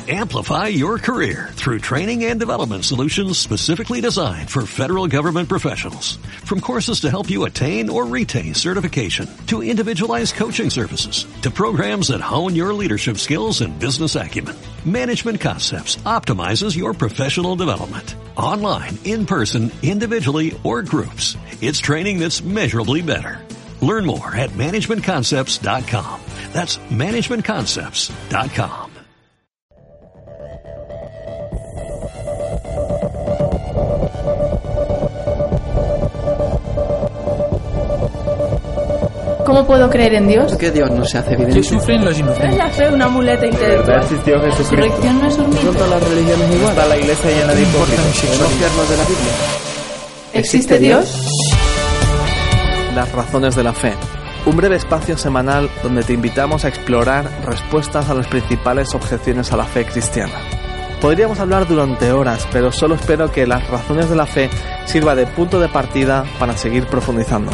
Amplify your career through training and development solutions specifically designed for federal government professionals. From courses to help you attain or retain certification, to individualized coaching services, to programs that hone your leadership skills and business acumen, Management Concepts optimizes your professional development. Online, in person, individually, or groups, it's training that's measurably better. Learn more at managementconcepts.com. That's managementconcepts.com. ¿Cómo puedo creer en Dios? ¿Por qué Dios no se hace evidente? ¿Qué sufren los inocentes? Es la fe una muleta intelectual. Existió La Jesucristo. resurrección no es un ¿Son mito. todas las religiones igual? Está la iglesia llena de hipócritas. ¿Podemos fiarnos de la Biblia? ¿Existe Dios? Las razones de la fe. Un breve espacio semanal donde te invitamos a explorar respuestas a las principales objeciones a la fe cristiana. Podríamos hablar durante horas, pero solo espero que las razones de la fe sirva de punto de partida para seguir profundizando.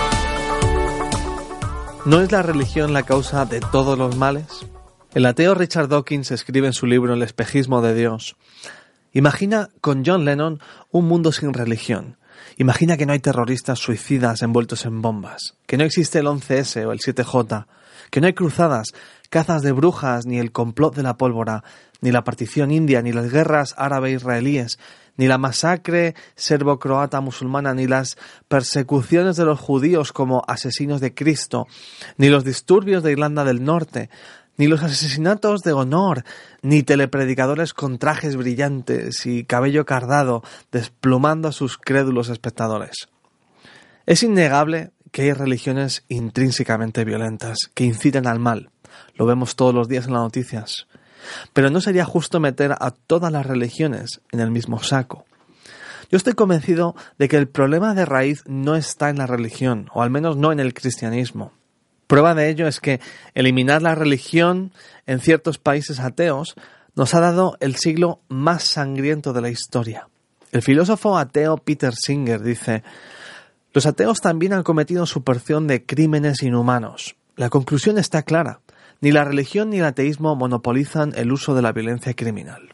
¿No es la religión la causa de todos los males? El ateo Richard Dawkins escribe en su libro El espejismo de Dios: imagina con John Lennon un mundo sin religión. Imagina que no hay terroristas suicidas envueltos en bombas, que no existe el 11S o el 7J, que no hay cruzadas, cazas de brujas, ni el complot de la pólvora, ni la partición india, ni las guerras árabe-israelíes, ni la masacre serbo-croata musulmana, ni las persecuciones de los judíos como asesinos de Cristo, ni los disturbios de Irlanda del Norte, ni los asesinatos de honor, ni telepredicadores con trajes brillantes y cabello cardado desplumando a sus crédulos espectadores. Es innegable que hay religiones intrínsecamente violentas, que incitan al mal. Lo vemos todos los días en las noticias. Pero no sería justo meter a todas las religiones en el mismo saco. Yo estoy convencido de que el problema de raíz no está en la religión, o al menos no en el cristianismo. Prueba de ello es que eliminar la religión en ciertos países ateos nos ha dado el siglo más sangriento de la historia. El filósofo ateo Peter Singer dice: los ateos también han cometido su porción de crímenes inhumanos. La conclusión está clara. Ni la religión ni el ateísmo monopolizan el uso de la violencia criminal.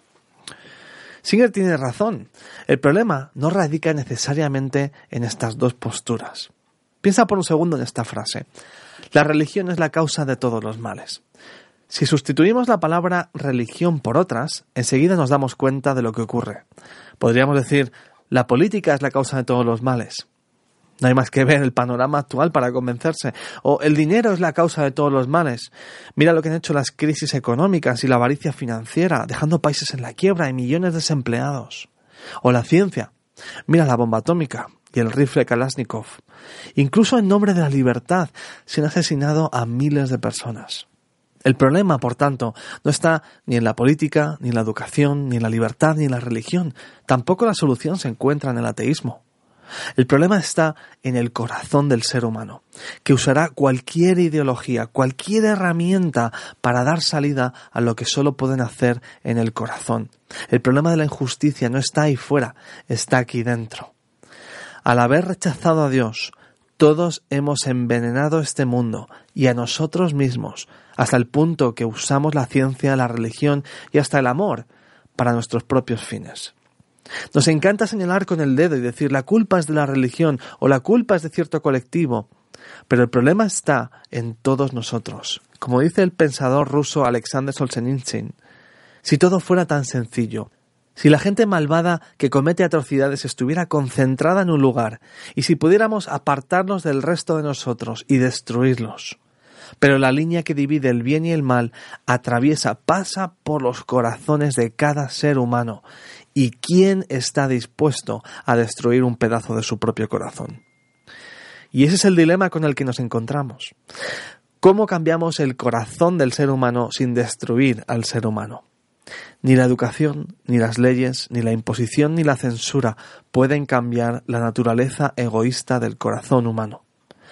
Singer tiene razón. El problema no radica necesariamente en estas dos posturas. Piensa por un segundo en esta frase. La religión es la causa de todos los males. Si sustituimos la palabra religión por otras, enseguida nos damos cuenta de lo que ocurre. Podríamos decir, la política es la causa de todos los males. No hay más que ver el panorama actual para convencerse. O el dinero es la causa de todos los males. Mira lo que han hecho las crisis económicas y la avaricia financiera, dejando países en la quiebra y millones de desempleados. O la ciencia. Mira la bomba atómica y el rifle Kalashnikov. Incluso en nombre de la libertad se han asesinado a miles de personas. El problema, por tanto, no está ni en la política, ni en la educación, ni en la libertad, ni en la religión. Tampoco la solución se encuentra en el ateísmo. El problema está en el corazón del ser humano, que usará cualquier ideología, cualquier herramienta para dar salida a lo que solo pueden hacer en el corazón. El problema de la injusticia no está ahí fuera, está aquí dentro. Al haber rechazado a Dios, todos hemos envenenado este mundo y a nosotros mismos, hasta el punto que usamos la ciencia, la religión y hasta el amor para nuestros propios fines. Nos encanta señalar con el dedo y decir la culpa es de la religión o la culpa es de cierto colectivo, pero el problema está en todos nosotros. Como dice el pensador ruso Alexander Solzhenitsyn, si todo fuera tan sencillo, si la gente malvada que comete atrocidades estuviera concentrada en un lugar y si pudiéramos apartarnos del resto de nosotros y destruirlos, pero la línea que divide el bien y el mal pasa por los corazones de cada ser humano. ¿Y quién está dispuesto a destruir un pedazo de su propio corazón? Y ese es el dilema con el que nos encontramos. ¿Cómo cambiamos el corazón del ser humano sin destruir al ser humano? Ni la educación, ni las leyes, ni la imposición, ni la censura pueden cambiar la naturaleza egoísta del corazón humano.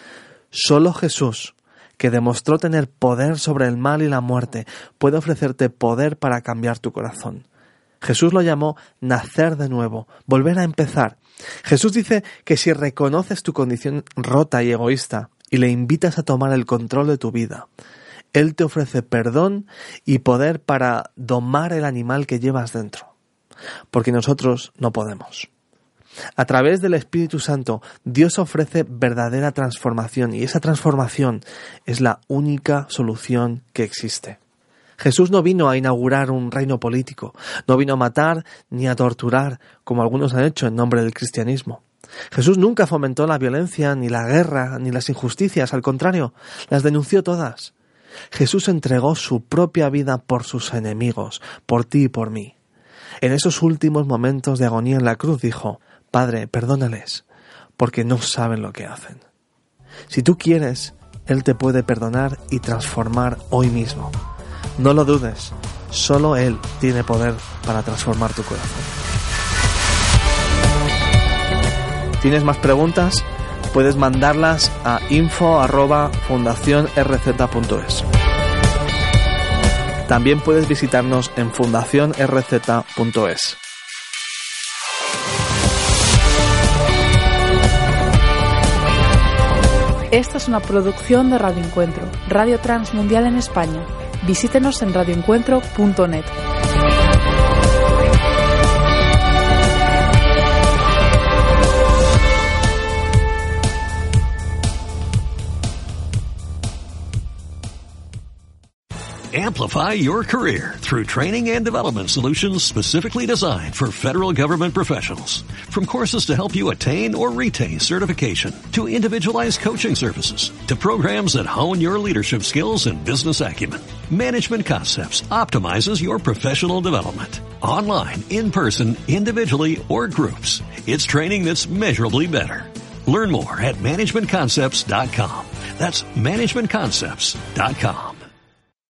Solo Jesús, que demostró tener poder sobre el mal y la muerte, puede ofrecerte poder para cambiar tu corazón. Jesús lo llamó nacer de nuevo, volver a empezar. Jesús dice que si reconoces tu condición rota y egoísta y le invitas a tomar el control de tu vida, Él te ofrece perdón y poder para domar el animal que llevas dentro, porque nosotros no podemos. A través del Espíritu Santo, Dios ofrece verdadera transformación y esa transformación es la única solución que existe. Jesús no vino a inaugurar un reino político, no vino a matar ni a torturar, como algunos han hecho en nombre del cristianismo. Jesús nunca fomentó la violencia, ni la guerra, ni las injusticias, al contrario, las denunció todas. Jesús entregó su propia vida por sus enemigos, por ti y por mí. En esos últimos momentos de agonía en la cruz dijo: Padre, perdónales, porque no saben lo que hacen. Si tú quieres, Él te puede perdonar y transformar hoy mismo. No lo dudes, solo Él tiene poder para transformar tu corazón. ¿Tienes más preguntas? Puedes mandarlas a info@fundacionrz.es. También puedes visitarnos en fundacionrz.es. Esta es una producción de Radio Encuentro, Radio Transmundial en España. Visítenos en radioencuentro.net. Amplify your career through training and development solutions specifically designed for federal government professionals. From courses to help you attain or retain certification, to individualized coaching services, to programs that hone your leadership skills and business acumen, Management Concepts optimizes your professional development. Online, in person, individually, or groups, it's training that's measurably better. Learn more at managementconcepts.com. That's managementconcepts.com.